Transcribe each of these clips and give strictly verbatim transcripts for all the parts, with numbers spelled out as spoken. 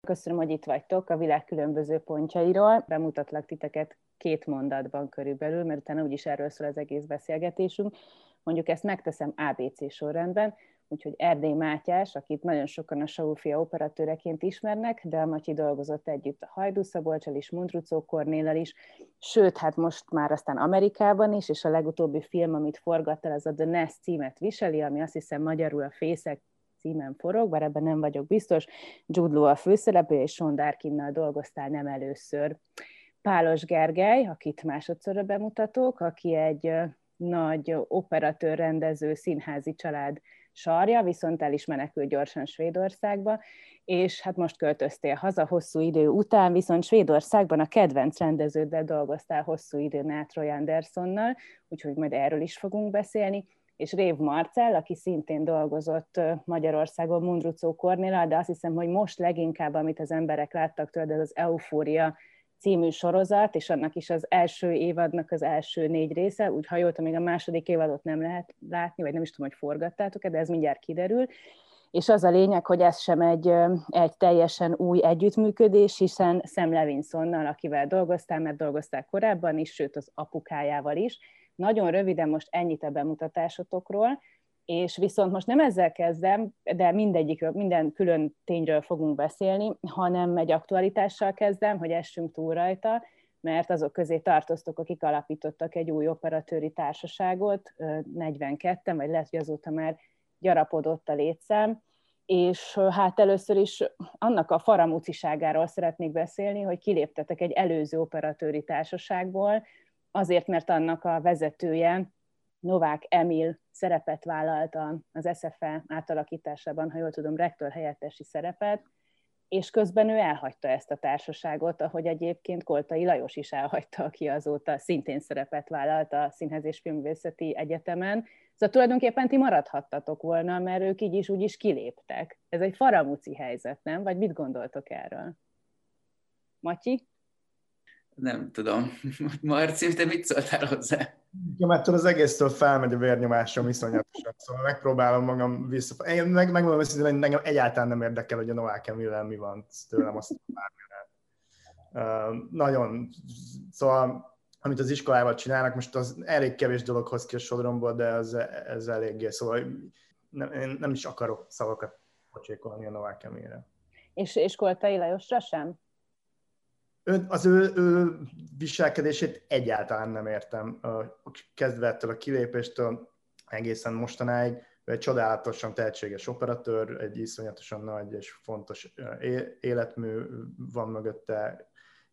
Köszönöm, hogy itt vagytok a világ különböző pontjairól. Bemutatlak titeket két mondatban körülbelül, mert utána úgyis erről szól az egész beszélgetésünk. Mondjuk ezt megteszem á bé cé sorrendben, úgyhogy Erdély Mátyás, akit nagyon sokan a Saul-fia operatőreként ismernek, de a Matyi dolgozott együtt a Hajdú Szabolccsal is, Mundruczó Kornéllal is, sőt, hát most már aztán Amerikában is, és a legutóbbi film, amit forgatt el, az a The Nest címet viseli, ami azt hiszem magyarul a Fészek címen forog, bár ebben nem vagyok biztos. Jude Law a főszereplő, és Sean Darkinnal dolgoztál nem először. Pálos Gergely, akit másodszorra bemutatok, aki egy nagy operatőr, rendező, színházi család sarja, viszont el is menekült gyorsan Svédországba, és hát most költöztél haza hosszú idő után, viszont Svédországban a kedvenc rendeződdel dolgoztál hosszú időn át, Roy Andersonnal, úgyhogy majd erről is fogunk beszélni, és Rév Marcell, aki szintén dolgozott Magyarországon Mundruczó Kornéllal, de azt hiszem, hogy most leginkább, amit az emberek láttak tőled, ez az Eufória című sorozat, és annak is az első évadnak az első négy része, úgy ha jól tudom, még a második évadot nem lehet látni, vagy nem is tudom, hogy forgattátok-e, de ez mindjárt kiderül. És az a lényeg, hogy ez sem egy, egy teljesen új együttműködés, hiszen Sam Levinsonnal, akivel dolgoztál, mert dolgoztál korábban is, sőt az apukájával is. Nagyon röviden most ennyit a bemutatásotokról, és viszont most nem ezzel kezdem, de mindegyikről, minden külön tényről fogunk beszélni, hanem egy aktualitással kezdem, hogy essünk túl rajta, mert azok közé tartoztok, akik alapítottak egy új operatőri társaságot, negyvenketten, vagy lehet, hogy azóta már gyarapodott a létszám, és hát először is annak a faramúciságáról szeretnék beszélni, hogy kiléptetek egy előző operatőri társaságból, azért, mert annak a vezetője, Novák Emil szerepet vállalt az es ef e átalakításában, ha jól tudom, rektor helyettesi szerepet, és közben ő elhagyta ezt a társaságot, ahogy egyébként Koltai Lajos is elhagyta, aki azóta szintén szerepet vállalt a Színház és Filmművészeti Egyetemen. Szóval tulajdonképpen ti maradhattatok volna, mert ők így is úgy is kiléptek. Ez egy faramúci helyzet, nem? Vagy mit gondoltok erről? Matyi? Nem tudom. Marci, te mit szóltál hozzá? Ja, mert az egésztől felmegy a vérnyomásom iszonyatosan, szóval megpróbálom magam vissza. Én meg, megmondom őszintén, hogy engem egyáltalán nem érdekel, hogy a Novák Emillel mi van tőlem, azt bármilyen. Uh, nagyon, szóval amit az iskolával csinálnak, most az elég kevés dolog hoz ki a sodromból, de ez, ez eléggé, szóval nem, én nem is akarok szavakat pocsékolni a Novák Emillre. És, és Koltai Lajosra sem? Ön, az ő, ő viselkedését egyáltalán nem értem. Kezdve ettől a kilépéstől egészen mostanáig. Ő egy csodálatosan tehetséges operatőr, egy iszonyatosan nagy és fontos életmű van mögötte,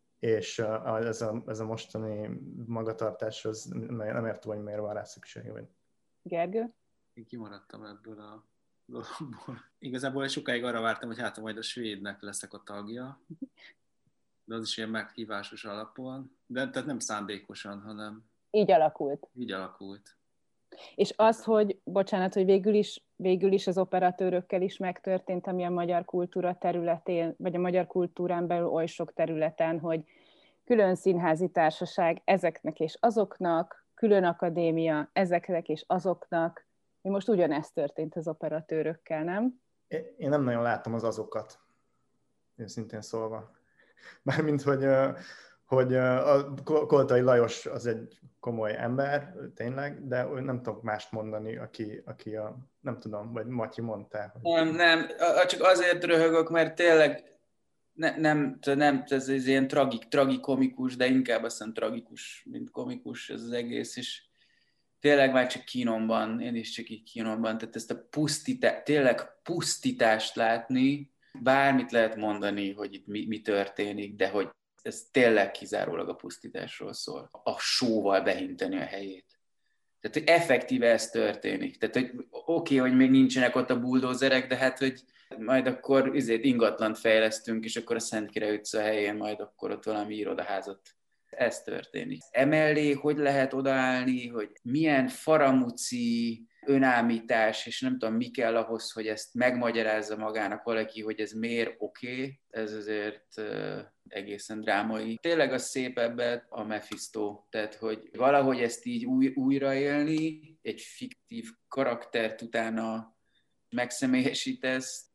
és ez a, ez a mostani magatartás, az nem értem, hogy miért van rá szükség. Gergő? Én kimaradtam ebből a dologból. Igazából sokáig arra vártam, hogy hát majd a svédnek leszek a tagja. De az is ilyen meghívásos alapon, de tehát nem szándékosan, hanem... Így alakult. Így alakult. És az, hogy, bocsánat, hogy végül is, végül is az operatőrökkel is megtörtént, ami a magyar kultúra területén, vagy a magyar kultúrán belül oly sok területen, hogy külön színházi társaság ezeknek és azoknak, külön akadémia ezeknek és azoknak, mi most ugyanezt történt az operatőrökkel, nem? Én nem nagyon láttam az azokat, őszintén szólva. Mármint, hogy, hogy a Koltai Lajos az egy komoly ember, tényleg, de nem tudok mást mondani, aki, aki a, nem tudom, vagy Matyi mondta. Hogy... Nem, nem, csak azért röhögök, mert tényleg ne, nem, nem, ez, ez ilyen tragik, tragikomikus, de inkább azt hiszem tragikus, mint komikus ez az egész, és tényleg már csak kínomban, én is csak így kínomban, tehát ezt a pusztítást, tényleg pusztítást látni, bármit lehet mondani, hogy itt mi, mi történik, de hogy ez tényleg kizárólag a pusztításról szól. A sóval behinteni a helyét. Tehát, hogy effektíve ez történik. Tehát, hogy oké, okay, hogy még nincsenek ott a buldózerek, de hát, hogy majd akkor izét ingatlant fejlesztünk, és akkor a Szentkire utca helyén majd akkor ott valami irodaházat. Ez történik. Emellé hogy lehet odaállni, hogy milyen faramuci önállítás, és nem tudom, mi kell ahhoz, hogy ezt megmagyarázza magának valaki, hogy ez miért oké, okay. Ez azért uh, egészen drámai. Tényleg a szép ebben a Mephisto, tehát hogy valahogy ezt így új, újraélni, egy fiktív karaktert utána megszemélyesítesz,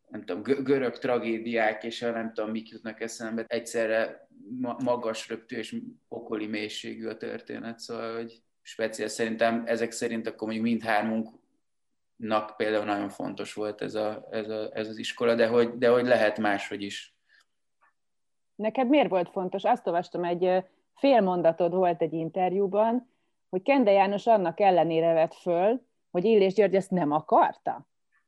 nem tudom, görög tragédiák, és nem tudom, mik jutnak eszembe. Egyszerre magas röptű és pokoli mélységű a történet, szóval, hogy speciális szerintem ezek szerint akkor mondjuk mindhármunknak például nagyon fontos volt ez, a, ez, a, ez az iskola, de hogy, de hogy lehet máshogy is. Neked miért volt fontos? Azt olvastam, egy fél mondatod volt egy interjúban, hogy Kende János annak ellenére vett föl, hogy Illés György ezt nem akarta?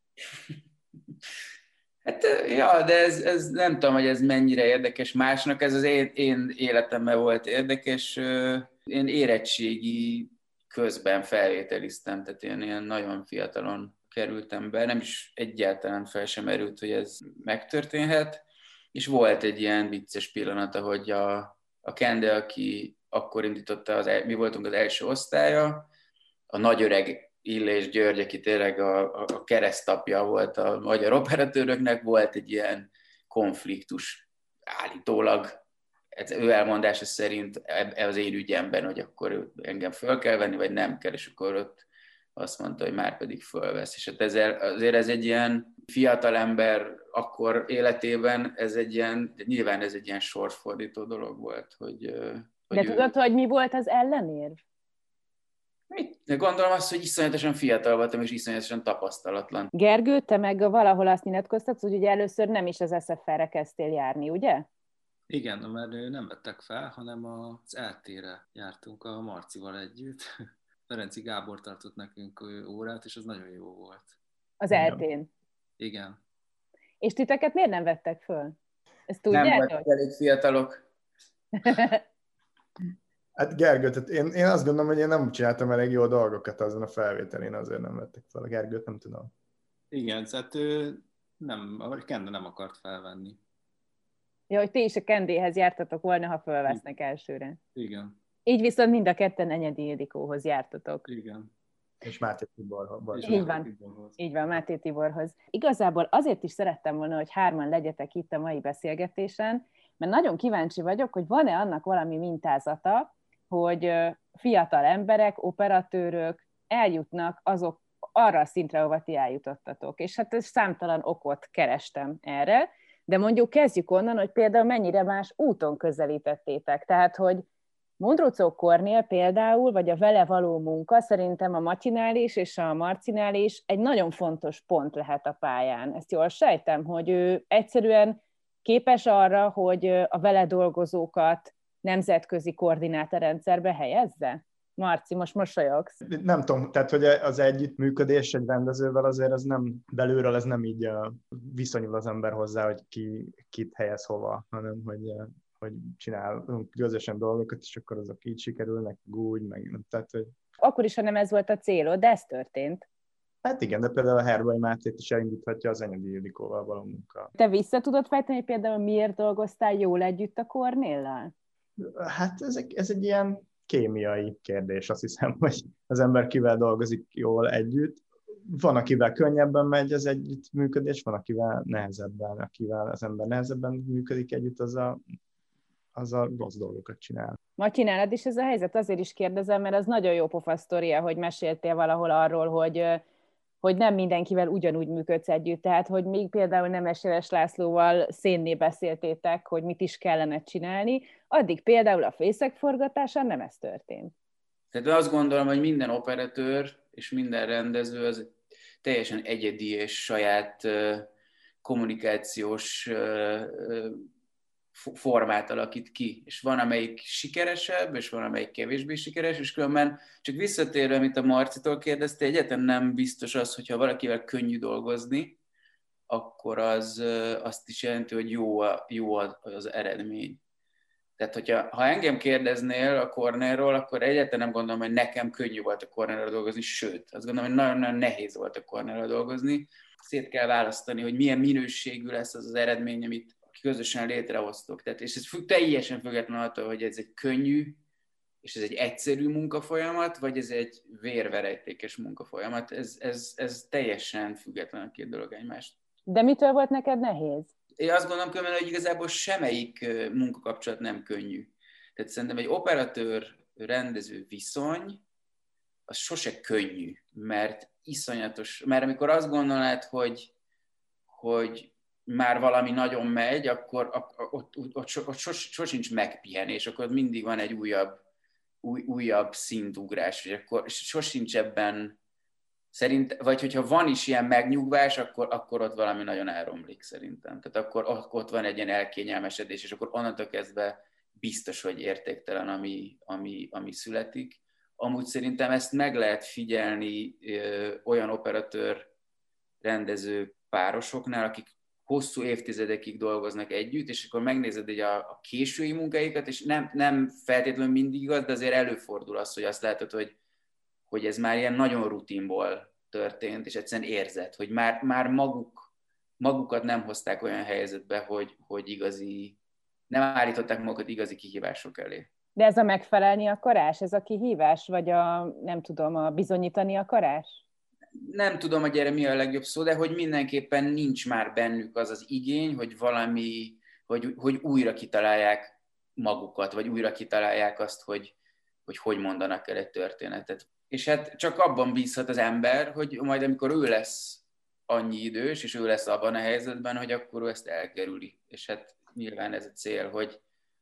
Hát, ja, de ez, ez nem tudom, hogy ez mennyire érdekes másnak, ez az én, én életemben volt érdekes. Én érettségi közben felvételiztem, tehát én ilyen nagyon fiatalon kerültem be, nem is egyáltalán fel sem merült, hogy ez megtörténhet, és volt egy ilyen vicces pillanat, hogy a, a Kende, aki akkor indította, az, mi voltunk az első osztálya, a nagyöreg Illés György, aki tényleg a, a keresztapja volt a magyar operatőröknek, volt egy ilyen konfliktus állítólag, ez ő elmondása szerint az én ügyemben, hogy akkor engem föl kell venni, vagy nem kell, és akkor ott azt mondta, hogy már pedig fölvesz. És hát ezzel, azért ez egy ilyen fiatalember akkor életében, ez egy ilyen, nyilván ez egy ilyen sorsfordító dolog volt. Hogy, hogy De ő... tudod, hogy mi volt az ellenérv? De gondolom azt, hogy iszonyatosan fiatal voltam, és iszonyatosan tapasztalatlan. Gergő, te meg valahol azt nyilatkoztatsz, hogy ugye először nem is az es ef er-re kezdtél járni, ugye? Igen, mert nem vettek fel, hanem az é té-re jártunk a Marcival együtt. Ferenci Gábor tartott nekünk órát, és az nagyon jó volt. Az é té-n? Igen. És titeket miért nem vettek föl? Ezt tudjátok? Nem tudjátok? voltak elég fiatalok. Hát Gergő, tehát én, én azt gondolom, hogy én nem csináltam elég jó dolgokat azon a felvételén, azért nem vettek fel. A Gergőt nem tudom. Igen, tehát ő nem, a Kende nem akart felvenni. Ja, hogy ti is a Kendéhez jártatok volna, ha fölvesznek elsőre. Igen. Így viszont mind a ketten Enyedi Ildikóhoz jártatok. Igen. És Máté Tiborhoz. Így van. Így van, Máté Tiborhoz. Igazából azért is szerettem volna, hogy hárman legyetek itt a mai beszélgetésen, mert nagyon kíváncsi vagyok, hogy van-e annak valami mintázata, hogy fiatal emberek, operatőrök eljutnak azok arra a szintre, ahova ti eljutottatok. És hát számtalan okot kerestem erre, de mondjuk kezdjük onnan, hogy például mennyire más úton közelítettétek. Tehát, hogy Mondruczó Kornél például, vagy a vele való munka szerintem a Matyinnál is és a Marcinál is egy nagyon fontos pont lehet a pályán. Ezt jól sejtem, hogy ő egyszerűen képes arra, hogy a vele dolgozókat nemzetközi koordinátorrendszerbe helyezze? Marci, most mosolyogsz. Nem tudom, tehát hogy az együttműködés egy rendezővel azért az nem, belülről ez nem így viszonyul az ember hozzá, hogy ki kit helyez hova, hanem hogy, hogy csinálunk közösen dolgokat, és akkor azok így sikerülnek, úgy, meg nem. Tehát, hogy... Akkor is, ha nem ez volt a célod, de ez történt. Hát igen, de például a Herbai Mátét is elindíthatja az Enyedi Ildikóval való munka. Te vissza tudod fejteni, hogy például miért dolgoztál jól együtt a Kornéllal? Hát ez, ez egy ilyen kémiai kérdés, azt hiszem, hogy az ember kivel dolgozik jól együtt. Van, akivel könnyebben megy az együttműködés, van, akivel nehezebben, akivel az ember nehezebben működik együtt, az a, az a rossz dolgokat csinál. Matyi, nálad is ez a helyzet? Azért is kérdezem, mert az nagyon jó pofa sztoria, hogy meséltél valahol arról, hogy, hogy nem mindenkivel ugyanúgy működsz együtt. Tehát, hogy még például Nemes Lászlóval szénné beszéltétek, hogy mit is kellene csinálni, addig például a fészek forgatásán nem ez történt. Tehát azt gondolom, hogy minden operatőr és minden rendező az teljesen egyedi és saját kommunikációs formát alakít ki. És van, amelyik sikeresebb, és van, amelyik kevésbé sikeres, és különben csak visszatérve, amit a Marcitól kérdezte, egyáltalán nem biztos az, hogyha valakivel könnyű dolgozni, akkor az azt is jelenti, hogy jó, a, jó az eredmény. Tehát, hogyha, ha engem kérdeznél a Kornélról, akkor egyáltalán nem gondolom, hogy nekem könnyű volt a Kornélről dolgozni, sőt, azt gondolom, hogy nagyon-nagyon nehéz volt a Kornélről dolgozni. Szét kell választani, hogy milyen minőségű lesz az az eredmény, amit közösen létrehoztok. Tehát, és ez függ, teljesen független attól, hogy ez egy könnyű, és ez egy egyszerű munkafolyamat, vagy ez egy vérverejtékes munkafolyamat. Ez, ez, ez teljesen független a két dolog egymást. De mitől volt neked nehéz? Én azt gondolom, hogy igazából semmelyik munkakapcsolat nem könnyű. Tehát szerintem egy operatőr-rendező viszony, az sose könnyű, mert iszonyatos, mert amikor azt gondolnád, hogy, hogy már valami nagyon megy, akkor ott, ott, ott, ott, ott sos, sosincs megpihenés, akkor mindig van egy újabb, új, újabb szintugrás, és akkor sosincs ebben szerint, vagy hogyha van is ilyen megnyugvás, akkor, akkor ott valami nagyon elromlik szerintem. Tehát akkor ott van egy ilyen elkényelmesedés, és akkor onnantól kezdve biztos, hogy értéktelen, ami, ami, ami születik. Amúgy szerintem ezt meg lehet figyelni ö, olyan operatőr rendező párosoknál, akik hosszú évtizedekig dolgoznak együtt, és akkor megnézed így a, a késői munkáikat, és nem, nem feltétlenül mindig igaz, de azért előfordul az, hogy azt látod, hogy, hogy ez már ilyen nagyon rutinból történt, és egyszerűen érzed, hogy már, már maguk, magukat nem hozták olyan helyzetbe, hogy, hogy igazi, nem állították magukat igazi kihívások elé. De ez a megfelelni akarás, ez a kihívás, vagy a, nem tudom, a bizonyítani akarás? Nem tudom, hogy erre mi a legjobb szó, de hogy mindenképpen nincs már bennük az az igény, hogy valami, hogy, hogy újra kitalálják magukat, vagy újra kitalálják azt, hogy hogy, hogy mondanak el egy történetet. És hát csak abban bízhat az ember, hogy majd amikor ő lesz annyi idős, és ő lesz abban a helyzetben, hogy akkor ő ezt elkerüli. És hát nyilván ez a cél, hogy,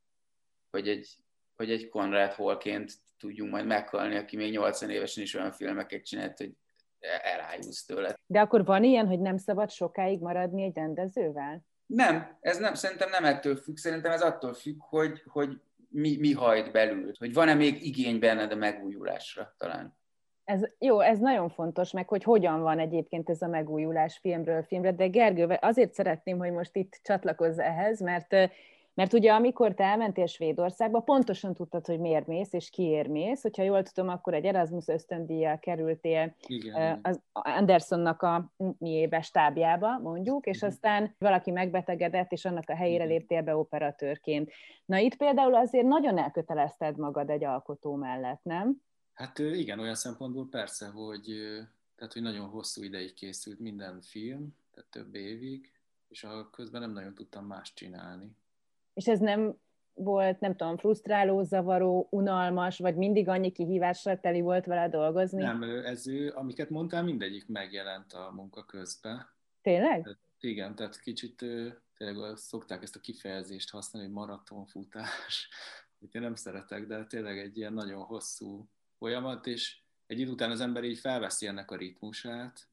hogy egy, hogy egy Conrad Hallként tudjunk majd meghalni, aki még nyolcvan évesen is olyan filmeket csinált, hogy elájulsz tőle. De akkor van ilyen, hogy nem szabad sokáig maradni egy rendezővel? Nem, ez nem, szerintem nem ettől függ, szerintem ez attól függ, hogy, hogy mi, mi hajt belül, hogy van-e még igény benned a megújulásra talán. Ez, jó, ez nagyon fontos, meg hogy hogyan van egyébként ez a megújulás filmről filmre, de Gergő, azért szeretném, hogy most itt csatlakozz ehhez, mert, mert ugye amikor te elmentél Svédországba, pontosan tudtad, hogy miért mész és kiért mész. Hogyha jól tudom, akkor egy Erasmus ösztöndíjjal kerültél Igen, az Andersonnak a miébe stábjába, mondjuk, és aztán valaki megbetegedett, és annak a helyére léptél be operatőrként. Na itt például azért nagyon elkötelezted magad egy alkotó mellett, nem? Hát igen, olyan szempontból persze, hogy, tehát, hogy nagyon hosszú ideig készült minden film, tehát több évig, és a közben nem nagyon tudtam más csinálni. És ez nem volt, nem tudom, frusztráló, zavaró, unalmas, vagy mindig annyi kihívással teli volt vele dolgozni? Nem, ez, amiket mondtál, mindegyik megjelent a munka közben. Tényleg? Tehát, igen, tehát kicsit tényleg szokták ezt a kifejezést használni, hogy maratonfutás, amit én nem szeretek, de tényleg egy ilyen nagyon hosszú folyamat, és egy idő után az ember így felveszi ennek a ritmusát,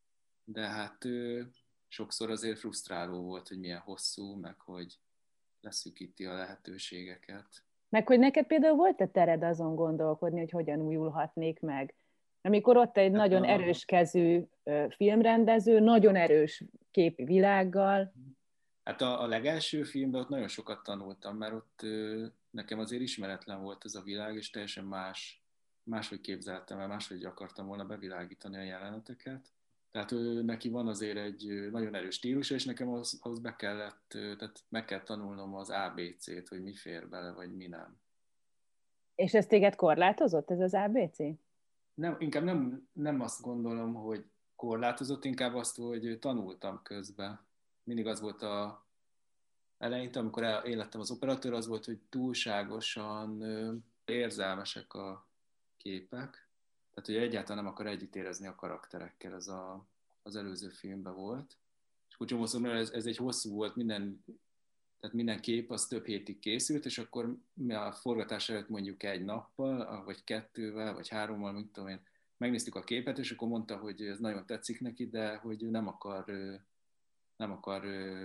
de hát ő, sokszor azért frusztráló volt, hogy milyen hosszú, meg hogy leszűkíti a lehetőségeket. Meg hogy neked például volt-e tered azon gondolkodni, hogy hogyan újulhatnék meg? Amikor ott egy hát nagyon a... erős kezű filmrendező, nagyon erős képi világgal. Hát a, a legelső filmben ott nagyon sokat tanultam, mert ott ö, nekem azért ismeretlen volt ez a világ, és teljesen más, máshogy képzeltem el, máshogy akartam volna bevilágítani a jeleneteket. Tehát ő, neki van azért egy nagyon erős stílusa, és nekem ahhoz, ahhoz be kellett, tehát meg kell tanulnom az á bé cét, hogy mi fér bele, vagy mi nem. És ez téged korlátozott, ez az á bé cé? Nem, inkább nem, nem azt gondolom, hogy korlátozott, inkább azt, hogy tanultam közben. Mindig az volt a eleinte, amikor én lettem az operatőr, az volt, hogy túlságosan érzelmesek a képek. Tehát, hogy egyáltalán nem akar együtt érezni a karakterekkel, ez a, az előző filmben volt. És akkor csomószor, ez, ez egy hosszú volt, minden, tehát minden kép az több hétig készült, és akkor a forgatás előtt mondjuk egy nappal, vagy kettővel, vagy hárommal, mint tudom én, megnéztük a képet, és akkor mondta, hogy ez nagyon tetszik neki, de hogy nem akar, nem akar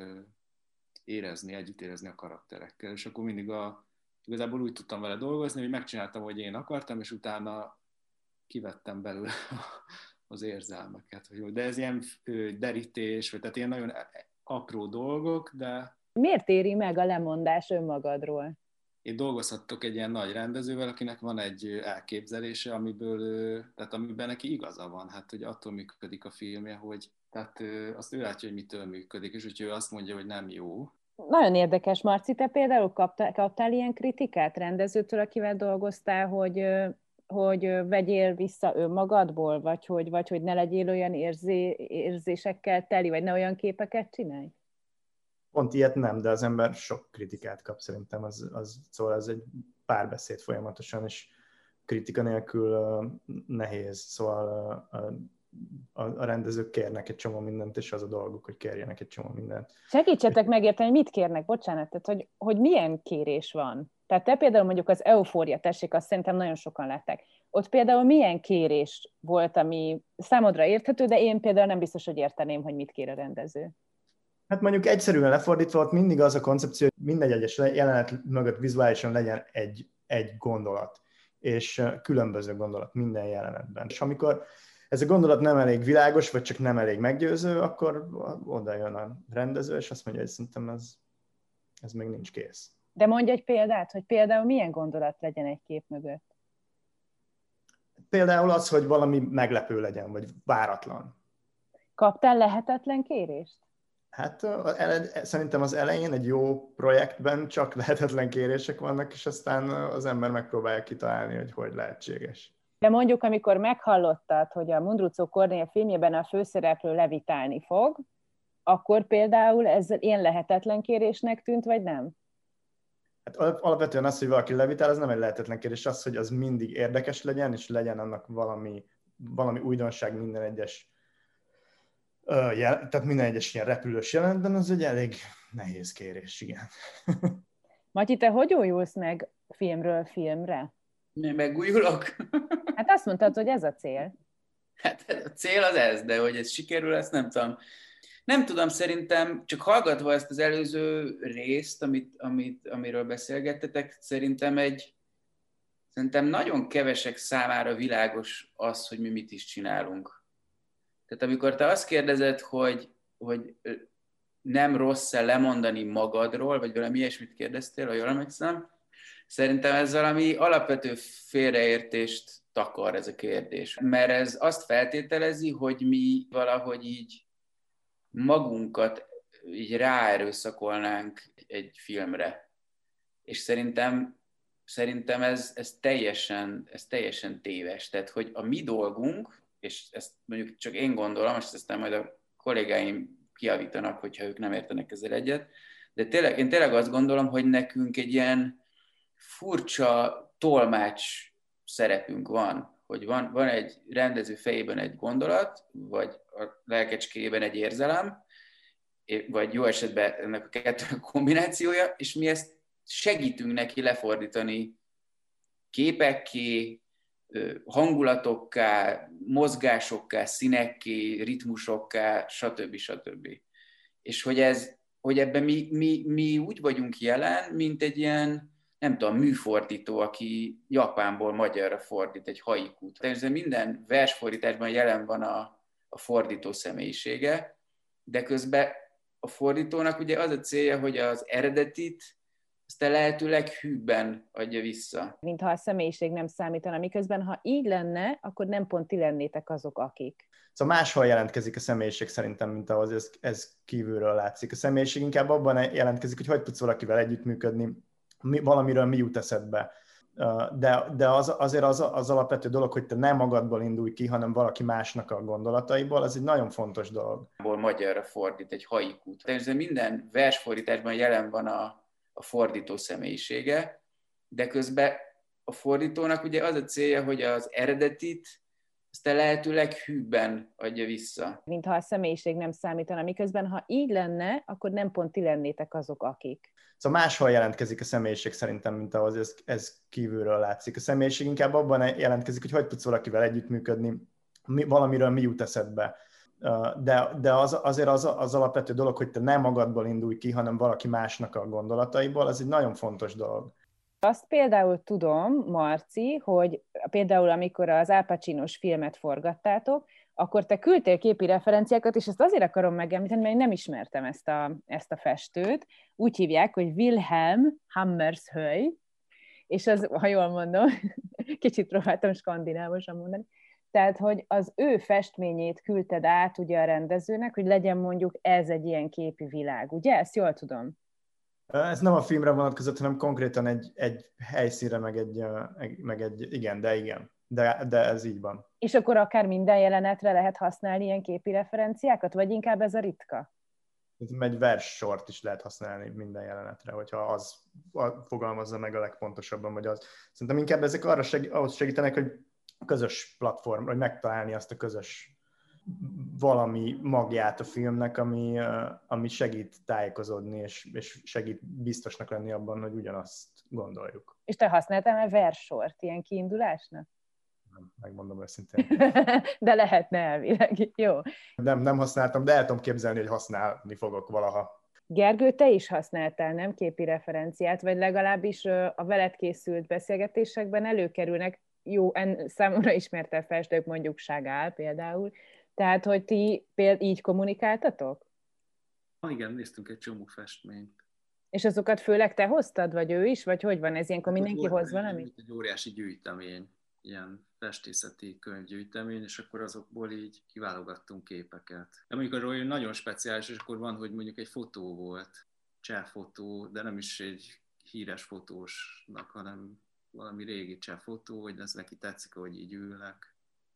érezni, együtt érezni a karakterekkel. És akkor mindig a, igazából úgy tudtam vele dolgozni, hogy megcsináltam, hogy én akartam, és utána kivettem belőle az érzelmeket. De ez ilyen derítés, vagy tehát ilyen nagyon apró dolgok, de... Miért éri meg a lemondás önmagadról? Én dolgozhattok egy ilyen nagy rendezővel, akinek van egy elképzelése, amiből, tehát amiben neki igaza van, hát hogy attól működik a filmje, hogy tehát azt ő látja, hogy mitől működik, és hogyha ő azt mondja, hogy nem jó. Nagyon érdekes, Marci, te például kaptál, kaptál ilyen kritikát rendezőtől, akivel dolgoztál, hogy, hogy vegyél vissza önmagadból, vagy hogy, vagy hogy ne legyél olyan érzé, érzésekkel teli, vagy ne olyan képeket csinálj? Pont ilyet nem, de az ember sok kritikát kap szerintem, az, az, szóval ez egy párbeszéd folyamatosan, és kritika nélkül uh, nehéz, szóval uh, a, a rendezők kérnek egy csomó mindent, és az a dolguk, hogy kérjenek egy csomó mindent. Segítsetek megérteni, hogy mit kérnek, bocsánat, tehát hogy, hogy milyen kérés van. Tehát te például mondjuk az Eufória, tessék, azt szerintem nagyon sokan látták. Ott például milyen kérés volt, ami számodra érthető, de én például nem biztos, hogy érteném, hogy mit kér a rendező. Hát mondjuk egyszerűen lefordítva, ott mindig az a koncepció, hogy minden egyes jelenet mögött vizuálisan legyen egy, egy gondolat, és különböző gondolat minden jelenetben. És amikor ez a gondolat nem elég világos, vagy csak nem elég meggyőző, akkor oda jön a rendező, és azt mondja, hogy szerintem ez, ez még nincs kész. De mondj egy példát, hogy például milyen gondolat legyen egy kép mögött? Például az, hogy valami meglepő legyen, vagy váratlan. Kaptál lehetetlen kérést? Hát szerintem az elején egy jó projektben csak lehetetlen kérések vannak, és aztán az ember megpróbálja kitalálni, hogy hogy lehetséges. De mondjuk, amikor meghallottad, hogy a Mundruczó Kornél filmjében a főszereplő levitálni fog, akkor például ez ilyen lehetetlen kérésnek tűnt, vagy nem? Hát alapvetően az, hogy valaki levitál, az nem egy lehetetlen kérés, az, hogy az mindig érdekes legyen, és legyen annak valami, valami újdonság minden egyes tehát minden egyes ilyen repülős jelenetben, az egy elég nehéz kérés, igen. Matyi, te hogy újulsz meg filmről filmre? Én megújulok? Hát azt mondtad, hogy ez a cél. Hát a cél az ez, de hogy ez sikerül, ezt nem tudom. Nem tudom, szerintem, csak hallgatva ezt az előző részt, amit, amit, amiről beszélgettetek, szerintem egy, szerintem nagyon kevesek számára világos az, hogy mi mit is csinálunk. Tehát amikor te azt kérdezed, hogy, hogy nem rossz-e lemondani magadról, vagy valami ilyesmit kérdeztél, ha jól emlékszem, szerintem ez valami alapvető félreértést takar ez a kérdés. Mert ez azt feltételezi, hogy mi valahogy így magunkat így ráerőszakolnánk egy filmre. És szerintem, szerintem ez, ez, teljesen, ez teljesen téves. Tehát, hogy a mi dolgunk, és ezt mondjuk csak én gondolom, és aztán majd a kollégáim kijavítanak, hogyha ők nem értenek ezzel egyet, de tényleg, én tényleg azt gondolom, hogy nekünk egy ilyen furcsa tolmács szerepünk van, hogy van, van egy rendező fejében egy gondolat, vagy a lelkecskéjében egy érzelem, vagy jó esetben ennek a kettő kombinációja, és mi ezt segítünk neki lefordítani képekké, hangulatokká, mozgásokká, színekké, ritmusokká, stb. stb. És hogy, ez, hogy ebben mi, mi, mi úgy vagyunk jelen, mint egy ilyen, nem tudom, műfordító, aki japánból magyarra fordít egy haikút. Tehát minden versfordításban jelen van a, a fordító személyisége, de közben a fordítónak ugye az a célja, hogy az eredetit azt a lehető leghűbben adja vissza. Mintha a személyiség nem számítana, miközben ha így lenne, akkor nem pont ti lennétek azok, akik. Szóval máshol jelentkezik a személyiség szerintem, mint ahhoz ez, ez kívülről látszik. A személyiség inkább abban jelentkezik, hogy hogy tudsz valakivel együttműködni, mi, valamiről mi jut eszedbe. De, de az, azért az, az alapvető dolog, hogy te nem magadból indulj ki, hanem valaki másnak a gondolataiból, az egy nagyon fontos dolog. Magyarra fordít egy haikút. Tehát minden versfordításban jelen van a a fordító személyisége, de közben a fordítónak ugye az a célja, hogy az eredetit azt a lehető leghűbben adja vissza. Mintha a személyiség nem számítana, miközben ha így lenne, akkor nem pont ti lennétek azok, akik. Szóval máshol jelentkezik a személyiség szerintem, mint ahhoz ez, ez kívülről látszik. A személyiség inkább abban jelentkezik, hogy hogy tudsz valakivel együttműködni, mi, valamiről mi jut eszedbe. De, de az, azért az, az alapvető dolog, hogy te nem magadból indulj ki, hanem valaki másnak a gondolataiból, az egy nagyon fontos dolog. Azt például tudom, Marci, hogy például amikor az Al Pacino-s filmet forgattátok, akkor te küldtél képi referenciákat, és ezt azért akarom megemlíteni, mert én nem ismertem ezt a, ezt a festőt. Úgy hívják, hogy Wilhelm Hammershøi, és az, ha jól mondom, kicsit próbáltam skandinávosan mondani, tehát, hogy az ő festményét küldted át ugye a rendezőnek, hogy legyen mondjuk ez egy ilyen képi világ, ugye? Ezt jól tudom? Ez nem a filmre vonatkozott, hanem konkrétan egy, egy helyszínre, meg egy, meg egy, igen, de igen, de, de ez így van. És akkor akár minden jelenetre lehet használni ilyen képi referenciákat, vagy inkább ez a ritka? Egy verssort is lehet használni minden jelenetre, hogyha az fogalmazza meg a legpontosabban, vagy az. Szerintem inkább ezek arra segí- ahhoz segítenek, hogy közös platform, hogy megtalálni azt a közös valami magját a filmnek, ami, ami segít tájékozódni, és, és segít biztosnak lenni abban, hogy ugyanazt gondoljuk. És te használtál-e versort ilyen kiindulásnak? Nem, megmondom őszintén. De lehetne elvileg, jó. Nem, nem használtam, de el tudom képzelni, hogy használni fogok valaha. Gergő, te is használtál, nem, képi referenciát, vagy legalábbis a veled készült beszélgetésekben előkerülnek jó, en, számomra ismertel festők, mondjuk Chagall például, tehát, hogy ti például így kommunikáltatok? Ha igen, néztünk egy csomó festményt. És azokat főleg te hoztad, vagy ő is, vagy hogy van ez ilyenkor, mindenki hoz valamit? Egy óriási gyűjtemény, ilyen festészeti könyvgyűjtemény, és akkor azokból így kiválogattunk képeket. De mondjuk arról nagyon speciális, és akkor van, hogy mondjuk egy fotó volt, cseh fotó, de nem is egy híres fotósnak, hanem valami régi cseh fotó, hogy ez neki tetszik, hogy így ülnek.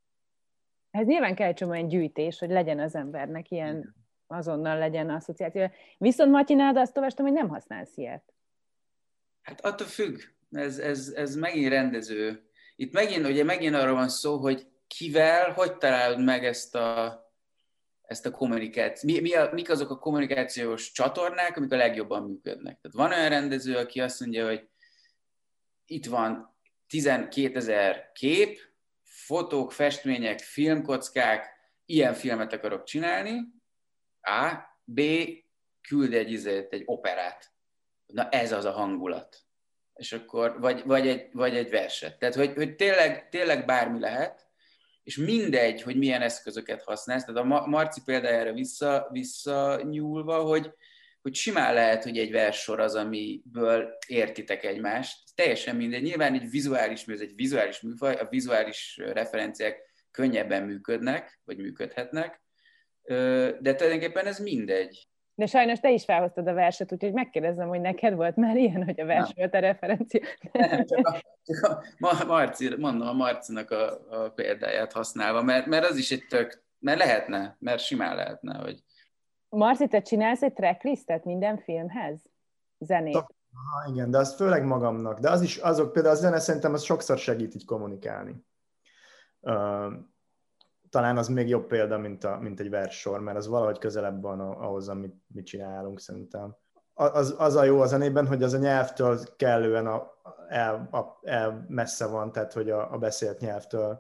Ez nyilván kell egy csomó olyan gyűjtés, hogy legyen az embernek ilyen, igen, azonnal legyen asszociáció. Viszont Matyinád, azt olvastam, hogy nem használsz ilyet. Hát attól függ. Ez, ez, ez megint rendező. Itt megint, ugye megint arról van szó, hogy kivel, hogy találod meg ezt a, ezt a kommunikációt. Mi, mi a, mik azok a kommunikációs csatornák, amik a legjobban működnek. Tehát van olyan rendező, aki azt mondja, hogy itt van tizenkétezer kép, fotók, festmények, filmkockák, ilyen filmet akarok csinálni. A. B. Küld egy, izét, egy operát. Na ez az a hangulat. És akkor, vagy, vagy, egy, vagy egy verset. Tehát, hogy, hogy tényleg, tényleg bármi lehet, és mindegy, hogy milyen eszközöket használsz. Tehát a Marci példájára vissza, visszanyúlva, hogy, hogy simán lehet, hogy egy verssor az, amiből értitek egymást. Ez teljesen mindegy. Nyilván egy vizuális mű, ez egy vizuális műfaj, a vizuális referenciák könnyebben működnek, vagy működhetnek, de tulajdonképpen ez mindegy. De sajnos te is felhoztad a verset, úgyhogy megkérdezem, hogy neked volt már ilyen, hogy a vers volt a referencia. Nem, csak a, csak a Marci, mondom a Marcinak a, a példáját használva, mert, mert az is egy tök, mert lehetne, mert simán lehetne, hogy... Marci, te csinálsz egy tracklistet minden filmhez? Zenét? Aha, igen, de az főleg magamnak. De az is, azok például a zene szerintem az sokszor segít így kommunikálni. Uh, talán az még jobb példa, mint, a, mint egy verssor, mert az valahogy közelebb van ahhoz, amit mit csinálunk szerintem. Az, az a jó a zenében, hogy az a nyelvtől kellően a, el, a, el messze van, tehát hogy a, a beszélt nyelvtől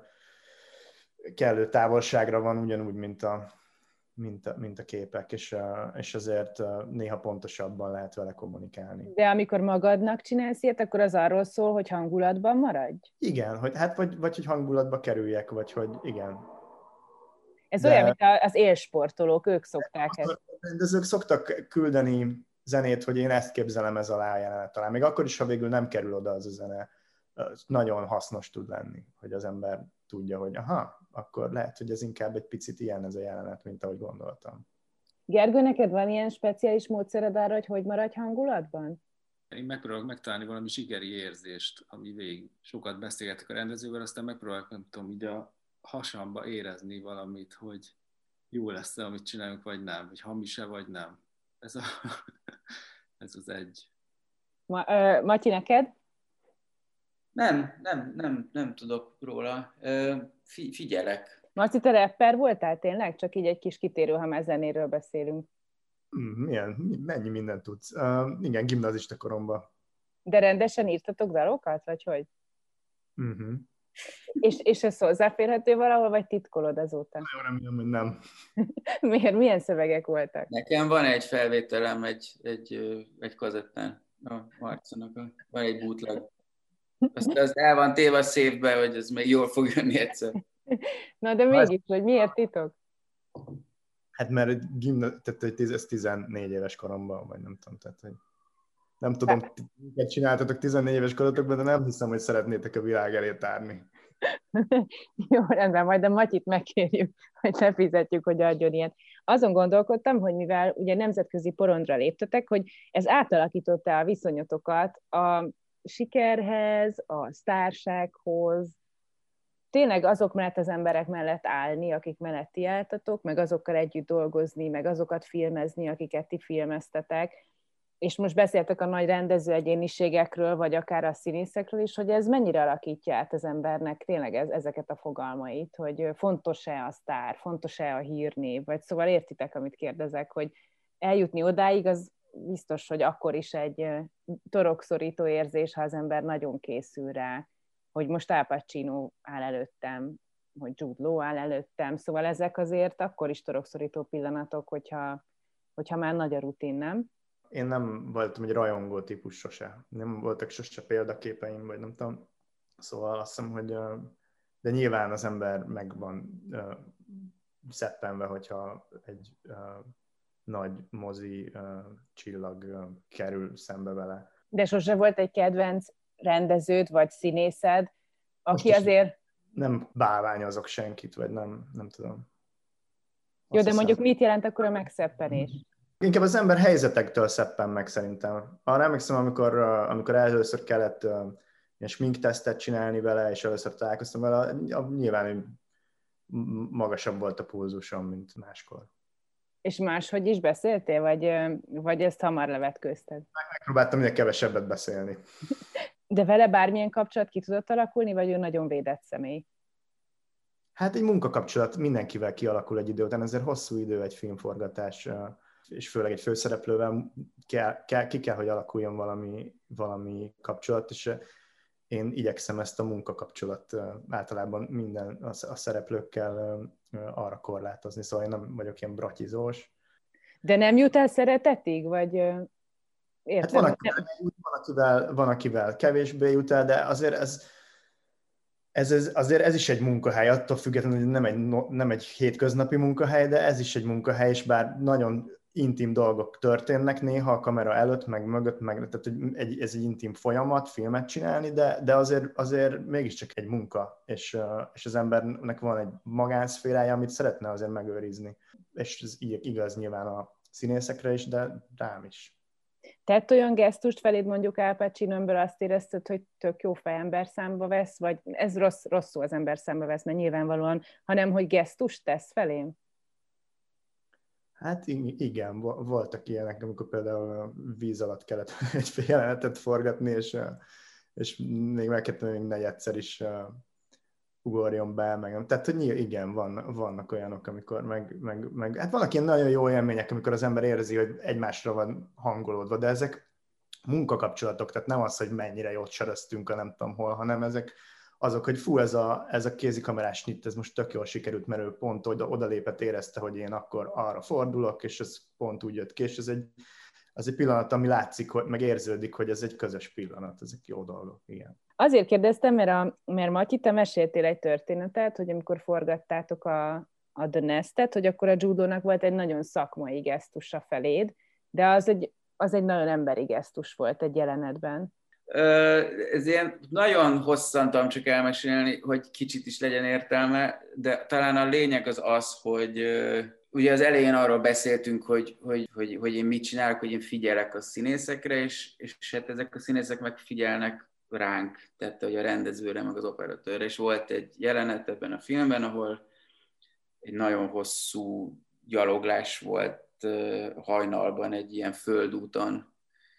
kellő távolságra van, ugyanúgy, mint a, mint a, mint a képek, és, és azért néha pontosabban lehet vele kommunikálni. De amikor magadnak csinálsz ilyet, akkor az arról szól, hogy hangulatban maradj? Igen, hogy, hát vagy, vagy hogy hangulatba kerüljek, vagy hogy igen. Ez de... olyan, mint az élsportolók, ők szokták ezt. A rendezők szoktak küldeni zenét, hogy én ezt képzelem ez alá a jelenet talán. Még akkor is, ha végül nem kerül oda az a zene, nagyon hasznos tud lenni, hogy az ember tudja, hogy aha, akkor lehet, hogy ez inkább egy picit ilyen ez a jelenet, mint ahogy gondoltam. Gergő, neked van ilyen speciális módszered arra, hogy hogy maradj hangulatban? Én megpróbálok megtalálni valami zsigeri érzést, ami végig sokat beszélgetek a rendezővel, aztán megpróbálok, nem tudom, így a hasamba érezni valamit, hogy jó lesz-e, amit csinálunk, vagy nem, hogy hamis-e, vagy nem. Ez, a, ez az egy. Ma, ö, Matyi, neked? Nem, nem, nem, nem tudok róla. Fi, figyelek. Marci, te rapper voltál tényleg? Csak így egy kis kitérő, ha már zenéről beszélünk. Milyen, mennyi mindent tudsz? Uh, igen, gimnazista koromban. De rendesen írtatok dalokat, vagy hogy? Uh-huh. És, és ez hozzáférhető valahol, vagy titkolod azóta? Nagyon remélem, hogy nem. Miért? Milyen szövegek voltak? Nekem van egy felvételem egy, egy, egy kazettán a Marcinak. Van egy bootleg. Azt, azt el van téve a széfbe, hogy ez még jól fog jönni egyszer. Na de mégis, hogy miért titok? Hát mert gimna, tehát, hogy ez tizennégy éves koromban, vagy nem tudom, tehát, hogy nem tudom, mit csináltatok tizennégy éves korotokban, de nem hiszem, hogy szeretnétek a világ elé tárni. Jó, rendben, majd a Matyit megkérjük, hogy lefizetjük, hogy adjon ilyen. Azon gondolkodtam, hogy mivel ugye nemzetközi porondra léptetek, hogy ez átalakította a viszonyotokat a sikerhez, a sztársághoz, tényleg azok mellett az emberek mellett állni, akik mellett ti álltatok, meg azokkal együtt dolgozni, meg azokat filmezni, akiket ti filmeztetek. és most beszéltek a nagy rendező egyéniségekről, vagy akár a színészekről is, hogy ez mennyire alakítja át az embernek tényleg ez, ezeket a fogalmait, hogy fontos-e a sztár, fontos-e a hírnév, vagy szóval értitek, amit kérdezek, hogy eljutni odáig, az biztos, hogy akkor is egy torokszorító érzés, ha az ember nagyon készül rá, hogy most Al Pacino áll előttem, hogy Jude Law áll előttem, szóval ezek azért akkor is torokszorító pillanatok, hogyha, hogyha már nagy a rutin, nem? Én nem voltam egy rajongó típus sose. Nem voltak sose példaképeim, vagy nem tudom. Szóval azt hiszem, hogy de nyilván az ember meg van szeppenve, hogyha egy nagy mozi csillag kerül szembe vele. De sose volt egy kedvenc rendeződ, vagy színészed, aki azért... Nem bálványozok senkit, vagy nem, nem tudom. Azt Jó, de hiszem, mondjuk mit jelent akkor a megszeppenés? Inkább az ember helyzetektől szeppen meg szerintem. Arra emlékszem, amikor, amikor először kellett uh, ilyen sminktesztet csinálni vele, és először találkoztam vele, nyilván magasabb volt a pulzusom, mint máskor. És máshogy is beszéltél, vagy, vagy ezt hamar levetkőzted? Megpróbáltam minél kevesebbet beszélni. De vele bármilyen kapcsolat ki tudott alakulni, vagy ő nagyon védett személy? Hát egy munkakapcsolat mindenkivel kialakul egy idő után, ezért hosszú idő egy filmforgatás, és főleg egy főszereplővel kell, kell, ki kell, hogy alakuljon valami, valami kapcsolat, és én igyekszem ezt a munkakapcsolat általában minden a, a szereplőkkel arra korlátozni, szóval én nem vagyok ilyen bratyizós. De nem jut el szeretetig, vagy értem? Hát van akivel, van, akivel, van, akivel kevésbé jut el, de azért ez, ez, ez, azért ez is egy munkahely, attól függetlenül, hogy nem egy, nem egy hétköznapi munkahely, de ez is egy munkahely, és bár nagyon intim dolgok történnek néha a kamera előtt, meg mögött, meg, tehát egy, ez egy intim folyamat, filmet csinálni, de, de azért, azért mégiscsak egy munka, és, és az embernek van egy magánszférája, amit szeretne azért megőrizni. És ez igaz nyilván a színészekre is, de rám is. Tett olyan gesztust feléd mondjuk Al Pacinóból, azt érezted, hogy tök jó fejember számba vesz, vagy ez rossz, rosszul az ember számba vesz, mert nyilvánvalóan, hanem hogy gesztust tesz felém? Hát igen, voltak ilyenek, amikor például víz alatt kellett egy jelenetet forgatni, és, és még meg kellett még negyedszer is ugorjon be, meg, tehát hogy igen, van, vannak olyanok, amikor meg, meg, meg, hát vannak ilyen nagyon jó élmények, amikor az ember érzi, hogy egymásra van hangolódva, de ezek munkakapcsolatok, tehát nem az, hogy mennyire jót sereztünk a nem tudom hol, hanem ezek azok, hogy fú, ez a, ez a kézikamerás nyit, ez most tök jól sikerült, mert ő pont oda, odalépett, érezte, hogy én akkor arra fordulok, és ez pont úgy jött ki, és ez egy, az egy pillanat, ami látszik, hogy, meg érződik, hogy ez egy közös pillanat, ezek jó dolgok, igen. Azért kérdeztem, mert, a, mert Matyi, te meséltél egy történetet, hogy amikor forgattátok a, a The Nestet, hogy akkor a judónak volt egy nagyon szakmai gesztusa feléd, de az egy, az egy nagyon emberi gesztus volt egy jelenetben. Ez ilyen nagyon hosszan tudom csak elmesélni, hogy kicsit is legyen értelme, de talán a lényeg az az, hogy ugye az elején arról beszéltünk, hogy, hogy, hogy, hogy én mit csinálok, hogy én figyelek a színészekre, és, és hát ezek a színészek megfigyelnek ránk, tehát hogy a rendezőre, meg az operatőrre, és volt egy jelenet ebben a filmben, ahol egy nagyon hosszú gyaloglás volt hajnalban egy ilyen földúton,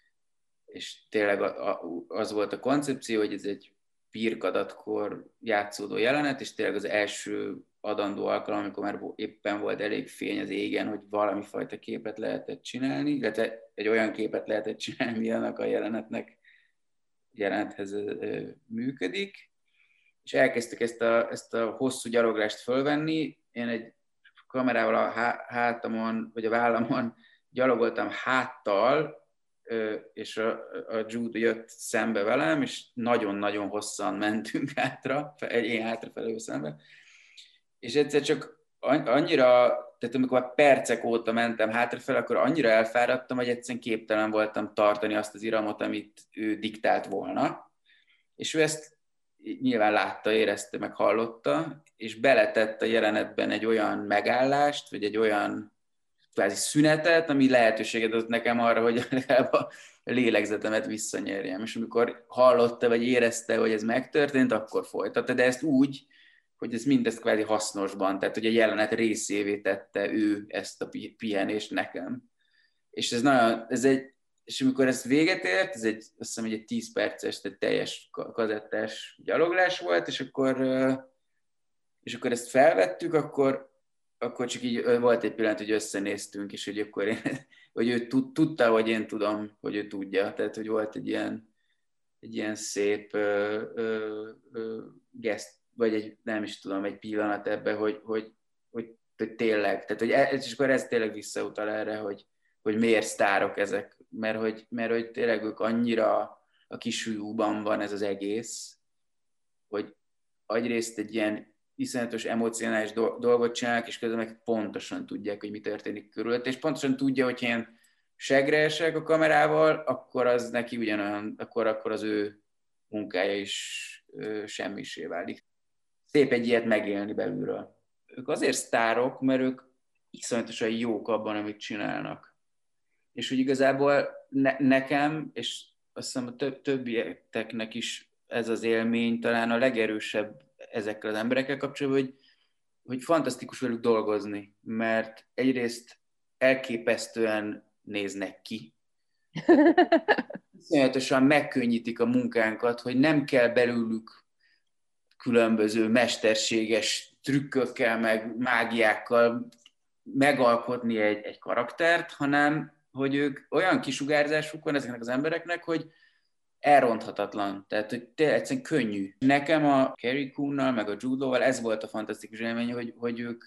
és tényleg az volt a koncepció, hogy ez egy pirkadatkor játszódó jelenet, és tényleg az első adandó alkalom, amikor már éppen volt elég fény az égen, hogy valami fajta képet lehetett csinálni, illetve egy olyan képet lehetett csinálni, mi annak a jelenetnek jelenethez működik, és elkezdtek ezt a, ezt a hosszú gyaloglást fölvenni. Én egy kamerával a hátamon, vagy a vállamon gyalogoltam háttal, és a, a Jude jött szembe velem, és nagyon-nagyon hosszan mentünk hátra, én hátrafelé szembe, és egyszer csak annyira, tehát amikor percek óta mentem hátrafelé, akkor annyira elfáradtam, hogy egyszerűen képtelen voltam tartani azt az iramot, amit ő diktált volna, és ő ezt nyilván látta, érezte, meg hallotta, és beletett a jelenetben egy olyan megállást, vagy egy olyan kvázi szünetet, ami lehetőséget adott nekem arra, hogy legalább a lélegzetemet visszanyerjem. És amikor hallotta, vagy érezte, hogy ez megtörtént, akkor folytatta, de ezt úgy, hogy ez mindezt kvázi hasznosban, tehát hogy a jelenet részévé tette ő ezt a pihenést nekem. És ez nagyon, ez egy, és amikor ez véget ért, ez egy, azt hiszem, egy tíz perces, tehát teljes kazettás gyaloglás volt, és akkor, és akkor ezt felvettük, akkor, akkor csak így volt egy pillanat, hogy összenéztünk, és hogy akkor én, hogy ő tudta, hogy én tudom, hogy ő tudja. Tehát, hogy volt egy ilyen, egy ilyen szép ö, ö, ö, geszt, vagy egy, nem is tudom, egy pillanat ebbe, hogy, hogy, hogy, hogy tényleg, tehát, hogy ez, és akkor ez tényleg visszautal erre, hogy, hogy miért sztárok ezek, mert hogy, mert hogy tényleg ők annyira a kisujjúban van ez az egész, hogy egyrészt egy ilyen iszonyatos emocionális dolgot csinálnak, és közben meg pontosan tudják, hogy mi történik körülött, és pontosan tudja, hogy ilyen segre esek a kamerával, akkor az neki ugyanolyan, akkor, akkor az ő munkája is ö, semmisé válik. Szép egy ilyet megélni belülről. Ők azért sztárok, mert ők iszonyatosan jók abban, amit csinálnak. És hogy igazából ne, nekem, és azt hiszem a több, többieknek is ez az élmény talán a legerősebb ezekkel az emberekkel kapcsolatban, hogy, hogy fantasztikus velük dolgozni, mert egyrészt elképesztően néznek ki. Iszonyatosan megkönnyítik a munkánkat, hogy nem kell belőlük különböző mesterséges trükkökkel, meg mágiákkal megalkotni egy, egy karaktert, hanem hogy ők olyan kisugárzásuk van ezeknek az embereknek, hogy elronthatatlan, tehát hogy tényleg egyszerűen könnyű. Nekem a Carrie Coonnal, meg a Jude Law-val ez volt a fantasztikus élmény, hogy, hogy ők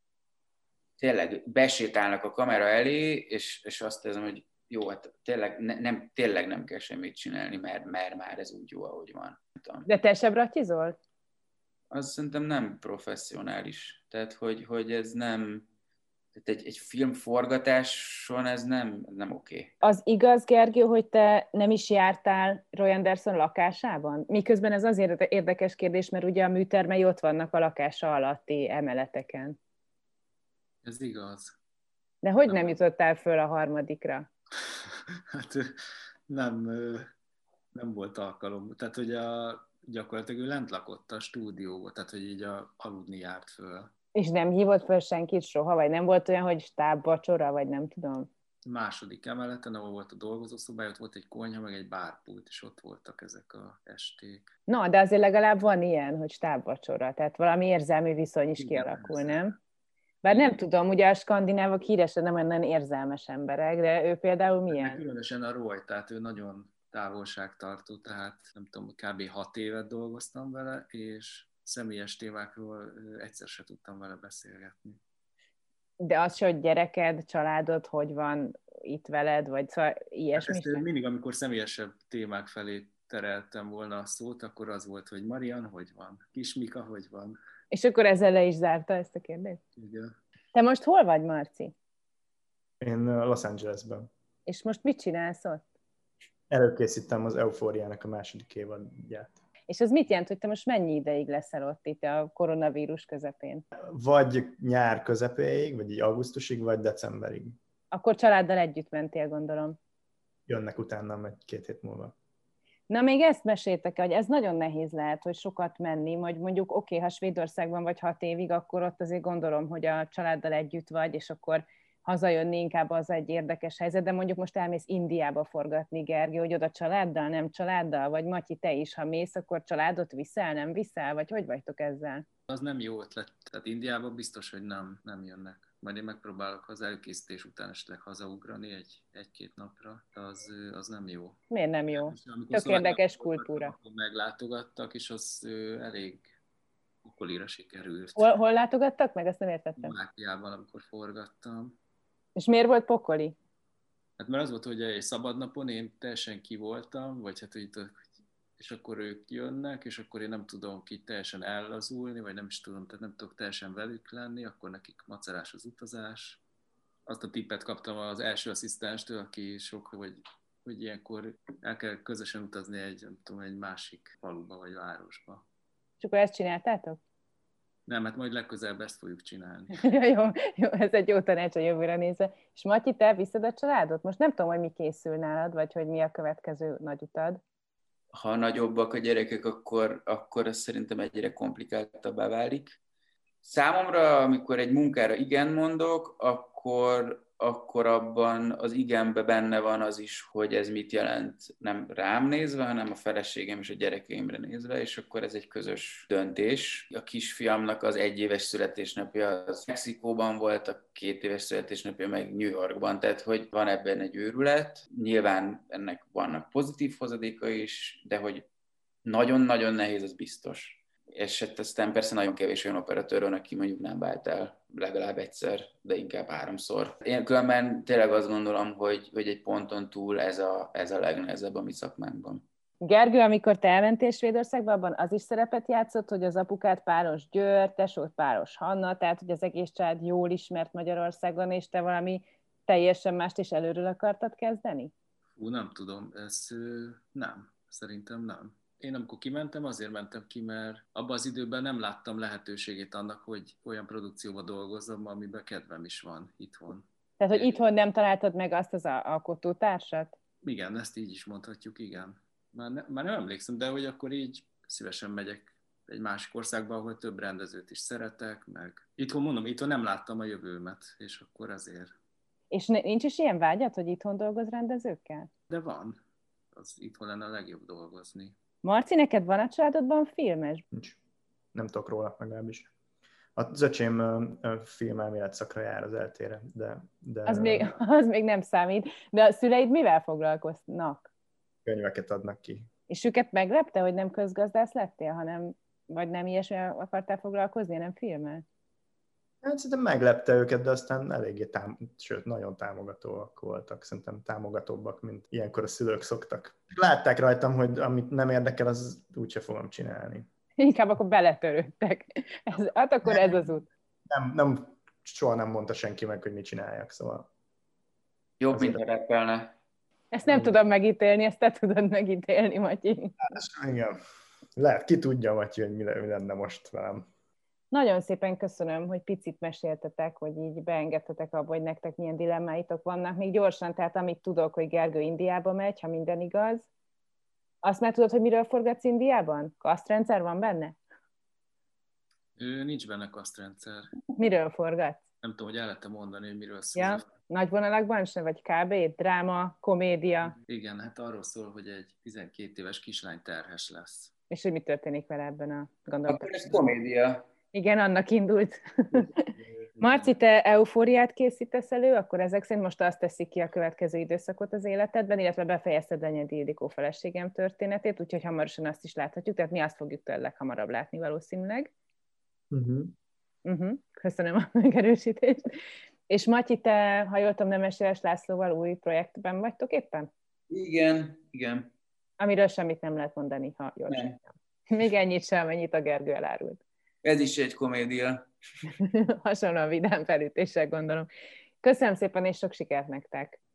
tényleg besétálnak a kamera elé, és, és azt érzem, hogy jó, hát tényleg, ne, nem, tényleg nem kell semmit csinálni, mert, mert már ez úgy jó, ahogy van. De te sem brattizol? Az szerintem nem professzionális. Tehát, hogy, hogy ez nem... Tehát egy, egy filmforgatáson ez nem, nem oké. Okay. Az igaz, Gergő, hogy te nem is jártál Roy Anderson lakásában? Miközben ez azért érdekes kérdés, mert ugye a műtermei ott vannak a lakása alatti emeleteken. Ez igaz. De hogy nem, nem jutottál föl a harmadikra? Hát nem, nem volt alkalom. Tehát, hogy a, gyakorlatilag ő lent lakott a stúdióban, tehát, hogy így a, aludni járt föl. És nem hívott föl senkit soha? Vagy nem volt olyan, hogy stábvacsora, vagy nem tudom? A második emeleten, ahol volt a dolgozószobája, ott volt egy konyha, meg egy bárpult, és ott voltak ezek a esték. No, de azért legalább van ilyen, hogy stábvacsora, tehát valami érzelmi viszony is Igen, kialakul, persze. nem? Bár nem tudom, ugye a skandinávok híresen nem olyan érzelmes emberek, de ő például milyen? Különösen a Roy, tehát ő nagyon távolságtartó, tehát nem tudom, kb. hat évet dolgoztam vele, és személyes témákról egyszer se tudtam vele beszélgetni. De az, hogy gyereked, családod, hogy van itt veled, vagy szóval ilyesmi? Hát ezt mindig, amikor személyesebb témák felé tereltem volna a szót, akkor az volt, hogy Marian, hogy van? Kis Mika, hogy van? És akkor ezzel le is zárta ezt a kérdést? Igen. Te most hol vagy, Marci? Én Los Angelesben. És most mit csinálsz ott? Előkészítem az Eufóriának a második évadját. És ez mit jelent, hogy te most mennyi ideig leszel ott itt a koronavírus közepén? Vagy nyár közepéig, vagy így augusztusig, vagy decemberig. Akkor családdal együtt mentél, gondolom. Jönnek utánam egy két hét múlva. Na, még ezt meséltek, hogy ez nagyon nehéz lehet, hogy sokat menni, hogy mondjuk oké, okay, ha Svédországban vagy hat évig, akkor ott azért gondolom, hogy a családdal együtt vagy, és akkor hazajönni inkább az egy érdekes helyzet, de mondjuk most elmész Indiába forgatni, Gergő, hogy oda családdal, nem családdal, vagy Matyi, te is, ha mész, akkor családot viszel, nem viszel, vagy hogy vagytok ezzel? Az nem jó ötlet, tehát Indiában biztos, hogy nem, nem jönnek. Majd én megpróbálok az előkészítés után esetleg hazaugrani egy, egy-két napra, de az, az nem jó. Miért nem jó? Amikor Tök érdekes kultúra. Akkor meglátogattak, és az ö, elég okolira sikerült. Hol, hol látogattak meg? Ezt nem értettem. Mákiában, amikor forgattam. És miért volt pokoli? Hát mert az volt, hogy egy szabadnapon én teljesen ki voltam, vagy hát, hogy és akkor ők jönnek, és akkor én nem tudom ki teljesen ellazulni, vagy nem is tudom, tehát nem tudok teljesen velük lenni, akkor nekik macerás az utazás. Azt a tippet kaptam az első asszisztenstől, aki sok, hogy, hogy ilyenkor el kell közösen utazni egy, nem tudom, egy másik faluba vagy városba. És akkor ezt csináltátok? Nem, hát majd legközelebb ezt fogjuk csinálni. Ja, jó, jó, ez egy jó tanács a jövőre nézve. És Matyi, te viszed a családot? Most nem tudom, hogy mi készül nálad, vagy hogy mi a következő nagy utad. Ha nagyobbak a gyerekek, akkor, akkor ez szerintem egyre komplikáltabbá válik. Számomra, amikor egy munkára igen mondok, akkor, akkor abban az igenben benne van az is, hogy ez mit jelent nem rám nézve, hanem a feleségem és a gyerekeimre nézve, és akkor ez egy közös döntés. A kisfiamnak az egyéves születésnapja az Mexikóban volt, a két éves születésnapja meg New Yorkban, tehát hogy van ebben egy őrület. Nyilván ennek vannak pozitív hozadékai is, de hogy nagyon-nagyon nehéz, az biztos. És hát aztán persze nagyon kevés olyan operatőr van, aki mondjuk nem vált el legalább egyszer, de inkább háromszor. Én különben tényleg azt gondolom, hogy, hogy egy ponton túl ez a, ez a legnehezebb a mi szakmánkban. Gergő, amikor te elmentél Svédországba, abban az is szerepet játszott, hogy az apukád Páros György, tesód Páros Hanna, tehát hogy az egész család jól ismert Magyarországon, és te valami teljesen mást is előről akartad kezdeni? Hú, nem tudom, ez nem, szerintem nem. Én amikor kimentem, azért mentem ki, mert abban az időben nem láttam lehetőségét annak, hogy olyan produkcióban dolgozzam, amiben kedvem is van itthon. Tehát, hogy itthon nem találtad meg azt az alkotótársat? Igen, ezt így is mondhatjuk, igen. Már, ne, már nem emlékszem, de hogy akkor így szívesen megyek egy másik országba, ahol több rendezőt is szeretek, meg itthon mondom, itthon nem láttam a jövőmet, és akkor azért. És nincs is ilyen vágyat, hogy itthon dolgoz rendezőkkel? De van. Az itthon lenne a legjobb dolgozni. Marci, neked van a családodban filmes? Nincs. Nem tudok róla legalábbis. Az öcsém filmelmélet szakra jár az eltére, de... de az, még, az még nem számít. De a szüleid mivel foglalkoznak? Könyveket adnak ki. És őket meglepte, hogy nem közgazdász lettél, hanem vagy nem ilyesmivel akartál foglalkozni, hanem filmmel? Hát szerintem meglepte őket, de aztán eléggé tám- sőt, nagyon támogatóak voltak. Szerintem támogatóbbak, mint ilyenkor a szülők szoktak. Látták rajtam, hogy amit nem érdekel, az úgyse fogom csinálni. Inkább akkor beletörődtek. Ez, hát akkor ez az út. Nem, nem, soha nem mondta senki meg, hogy mit csináljak, szóval... Jobb, azért... mint a rappelne. Ezt nem tudom megítélni, ezt te tudod megítélni, Matyi. Hát, igen. Lehet, ki tudja, Matyi, hogy mi lenne most velem. Nagyon szépen köszönöm, hogy picit meséltetek, hogy így beengedtetek abba, hogy nektek milyen dilemmáitok vannak. Még gyorsan, tehát amit tudok, hogy Gergő Indiába megy, ha minden igaz. Azt már tudod, hogy miről forgatsz Indiában? Kasztrendszer van benne? Ő, nincs benne kasztrendszer. Miről forgatsz? Nem tudom, hogy el lehet mondani, hogy miről szól. Ja, nagy vonalakban sem, vagy kb. Dráma, komédia? Igen, hát arról szól, hogy egy tizenkét éves kislány terhes lesz. És hogy mi történik vele ebben a gondolatban? Akkor ez komédia. Igen, annak indult. Marci, te eufóriát készítesz elő, akkor ezek szerint most azt teszik ki a következő időszakot az életedben, illetve befejezted Lenyedi Ildikó feleségem történetét, úgyhogy hamarosan azt is láthatjuk, tehát mi azt fogjuk tőled hamarabb látni valószínűleg. Uh-huh. Uh-huh. Köszönöm a megerősítést. És Matyi, te, ha jól tudom, Nemes Lászlóval új projektben vagytok éppen? Igen, igen. Amiről semmit nem lehet mondani, ha jól sem. Még ennyit sem, amennyit a Gergő elárult. Ez is egy komédia. Hasonlóan vidám felütéssel gondolom. Köszönöm szépen, és sok sikert nektek!